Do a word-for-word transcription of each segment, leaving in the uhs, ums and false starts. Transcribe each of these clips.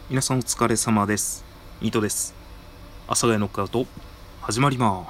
皆さんお疲れ様です。ミートです。阿佐ヶ谷ノックアウト始まります。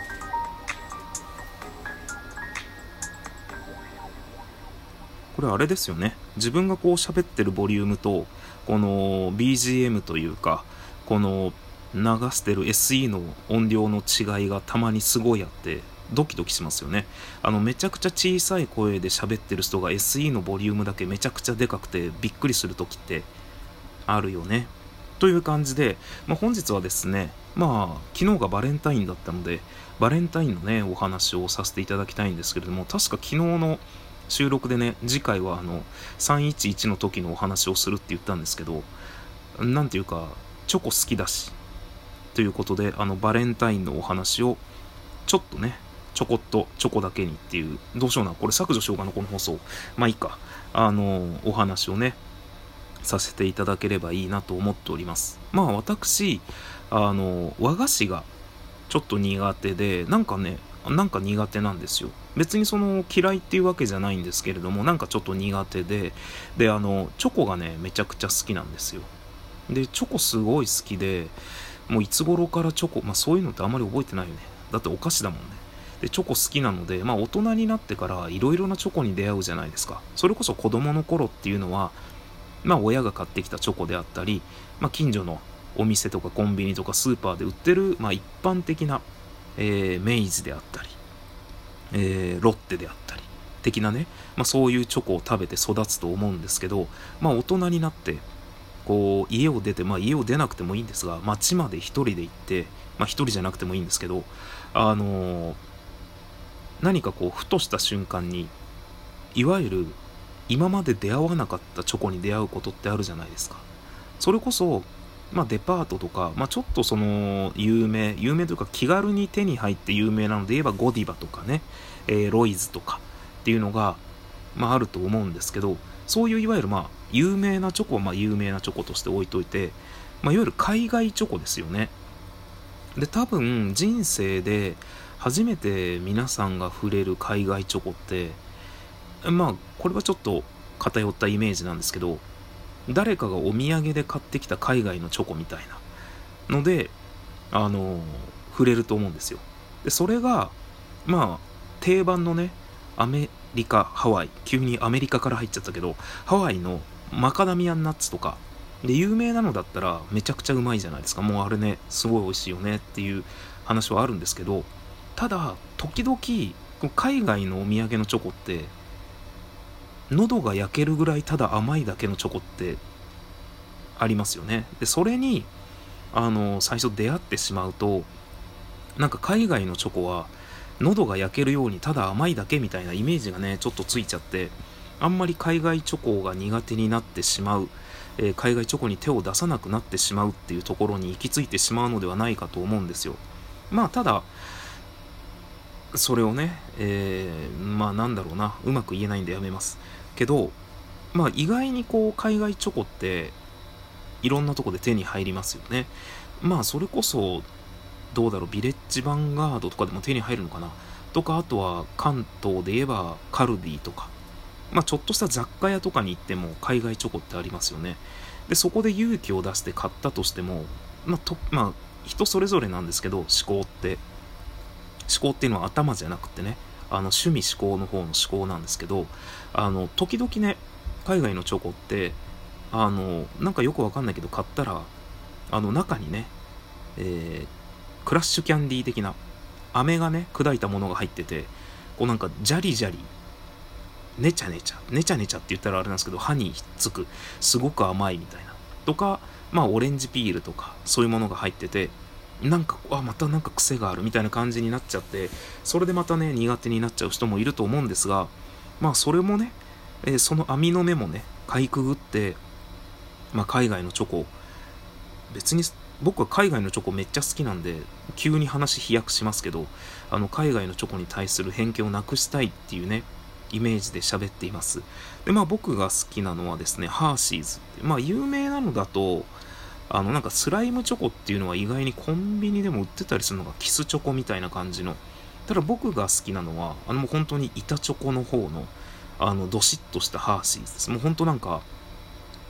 これあれですよね。自分がこう喋ってるボリュームとこの ビージーエム というかこの流してる エスイー の音量の違いがたまにすごいあってドキドキしますよね。あのめちゃくちゃ小さい声で喋ってる人が エスイー のボリュームだけめちゃくちゃでかくてびっくりする時ってあるよね。という感じで、まあ、本日はですね、まあ昨日がバレンタインだったのでバレンタインのねお話をさせていただきたいんですけれども、確か昨日の収録でね、次回はあのさんいちいちの時のお話をするって言ったんですけど、なんていうかチョコ好きだしということで、あのバレンタインのお話をちょっとねちょこっとチョコだけにっていう、どうしような、これ削除しようかなこの放送、まあいいか、あのお話をねさせていただければいいなと思っております。まあ私あの和菓子がちょっと苦手で、なんかねなんか苦手なんですよ。別にその嫌いっていうわけじゃないんですけれども、なんかちょっと苦手で、であのチョコがねめちゃくちゃ好きなんですよ。でチョコすごい好きで、もういつ頃からチョコ、まあそういうのってあんまり覚えてないよね。だってお菓子だもんね。でチョコ好きなので、まあ大人になってからいろいろなチョコに出会うじゃないですか。それこそ子供の頃っていうのはまあ親が買ってきたチョコであったり、まあ、近所のお店とかコンビニとかスーパーで売ってる、まあ、一般的な、えー、メイズであったり、えー、ロッテであったり的なね、まあ、そういうチョコを食べて育つと思うんですけど、まあ大人になってこう家を出て、まあ家を出なくてもいいんですが街まで一人で行って、まあ一人じゃなくてもいいんですけど、あのー、何かこうふとした瞬間にいわゆる今まで出会わなかったチョコに出会うことってあるじゃないですか。それこそ、まあ、デパートとか、まあ、ちょっとその有名有名というか気軽に手に入って有名なので言えばゴディバとかね、えー、ロイズとかっていうのが、まあ、あると思うんですけど、そういういわゆるまあ有名なチョコはまあ有名なチョコとして置いといて、まあ、いわゆる海外チョコですよね。で多分人生で初めて皆さんが触れる海外チョコって、まあこれはちょっと偏ったイメージなんですけど、誰かがお土産で買ってきた海外のチョコみたいなのであの触れると思うんですよ。でそれがまあ定番のねアメリカハワイ、急にアメリカから入っちゃったけど、ハワイのマカダミアンナッツとかで有名なのだったらめちゃくちゃうまいじゃないですか。もうあれねすごい美味しいよねっていう話はあるんですけど、ただ時々海外のお土産のチョコって喉が焼けるぐらいただ甘いだけのチョコってありますよね。でそれにあの最初出会ってしまうと、なんか海外のチョコは喉が焼けるようにただ甘いだけみたいなイメージがねちょっとついちゃって、あんまり海外チョコが苦手になってしまう、えー海外チョコに手を出さなくなってしまうっていうところに行き着いてしまうのではないかと思うんですよ。まあただそれをね、えーまあなんだろうな、うまく言えないんでやめますけど、まあ意外にこう海外チョコっていろんなとこで手に入りますよね。まあそれこそどうだろう、ビレッジヴァンガードとかでも手に入るのかなとか、あとは関東で言えばカルディとか、まあちょっとした雑貨屋とかに行っても海外チョコってありますよね。でそこで勇気を出して買ったとしても、まあとまあ人それぞれなんですけど、思考って思考っていうのは頭じゃなくてね、あの趣味思考の方の思考なんですけど、あの時々ね海外のチョコってあのなんかよくわかんないけど買ったらあの中にね、えークラッシュキャンディー的な飴がね砕いたものが入ってて、こうなんかジャリジャリねちゃねちゃねちゃねちゃって言ったらあれなんですけど、歯にひっつくすごく甘いみたいなとか、まあオレンジピールとかそういうものが入ってて、なんかあまたなんか癖があるみたいな感じになっちゃって、それでまたね苦手になっちゃう人もいると思うんですが、まあそれもね、えーその網の目もねかいくぐって、まあ、海外のチョコ、別に僕は海外のチョコめっちゃ好きなんで急に話飛躍しますけど、あの海外のチョコに対する偏見をなくしたいっていうねイメージで喋っています。でまあ僕が好きなのはですね、ハーシーズって、まあ有名なのだとあのなんかスライムチョコっていうのは意外にコンビニでも売ってたりするのがキスチョコみたいな感じの、ただ僕が好きなのはあのもう本当に板チョコの方のあのドシッとしたハーシーズです。もう本当なんか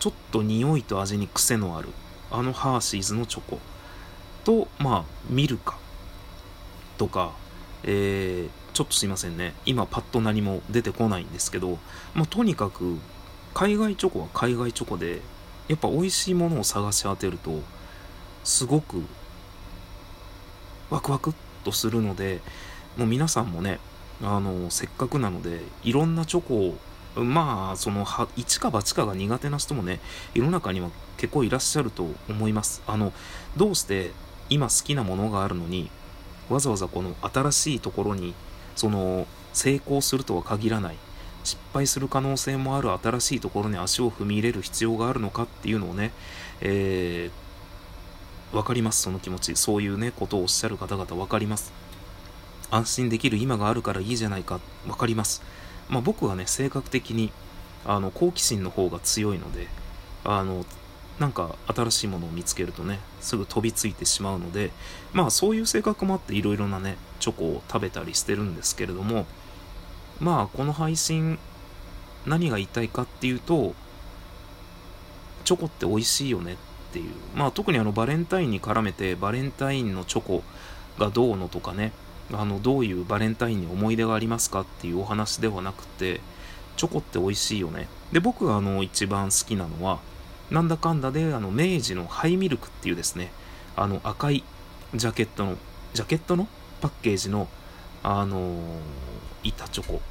ちょっと匂いと味に癖のあるあのハーシーズのチョコと、まあミルカとか、えー、ちょっとすいませんね、今パッと何も出てこないんですけど、まあ、とにかく海外チョコは海外チョコで、やっぱ美味しいものを探し当てるとすごくワクワクっとするので、もう皆さんもね、あのせっかくなのでいろんなチョコを、まあそのは一か八かが苦手な人もね、世の中には結構いらっしゃると思います。あのどうして今好きなものがあるのにわざわざこの新しいところにその成功するとは限らない、失敗する可能性もある新しいところに足を踏み入れる必要があるのかっていうのをね、えー、分かります。その気持ち、そういうねことをおっしゃる方々分かります。安心できる今があるからいいじゃないか、分かります。まあ僕はね性格的にあの好奇心の方が強いので、あのなんか新しいものを見つけるとねすぐ飛びついてしまうので、まあそういう性格もあっていろいろなねチョコを食べたりしてるんですけれども、まあこの配信何が言いたいかっていうと、チョコって美味しいよねっていう、まあ特にあのバレンタインに絡めてバレンタインのチョコがどうのとかね、あのどういうバレンタインに思い出がありますかっていうお話ではなくて、チョコって美味しいよね。で僕があの一番好きなのはなんだかんだであの明治のハイミルクっていうですね、あの赤いジャケットのジャケットのパッケージのあのー、板チョコ、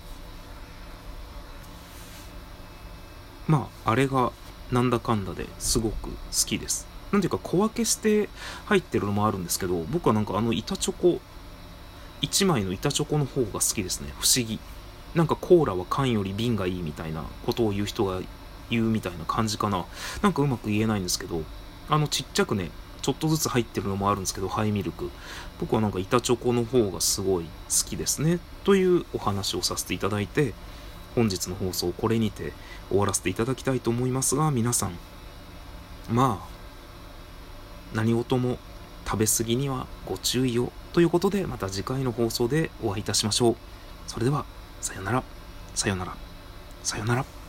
まああれがなんだかんだですごく好きです。なんていうか小分けして入ってるのもあるんですけど、僕はなんかあの板チョコいちまいの板チョコの方が好きですね。不思議。なんかコーラは缶より瓶がいいみたいなことを言う人が言うみたいな感じかな。なんかうまく言えないんですけど、あのちっちゃくねちょっとずつ入ってるのもあるんですけど、ハイミルク、僕はなんか板チョコの方がすごい好きですねというお話をさせていただいて、本日の放送これにて終わらせていただきたいと思いますが、皆さんまあ何事も食べ過ぎにはご注意をということで、また次回の放送でお会いいたしましょう。それではさよなら、さよなら、さよなら。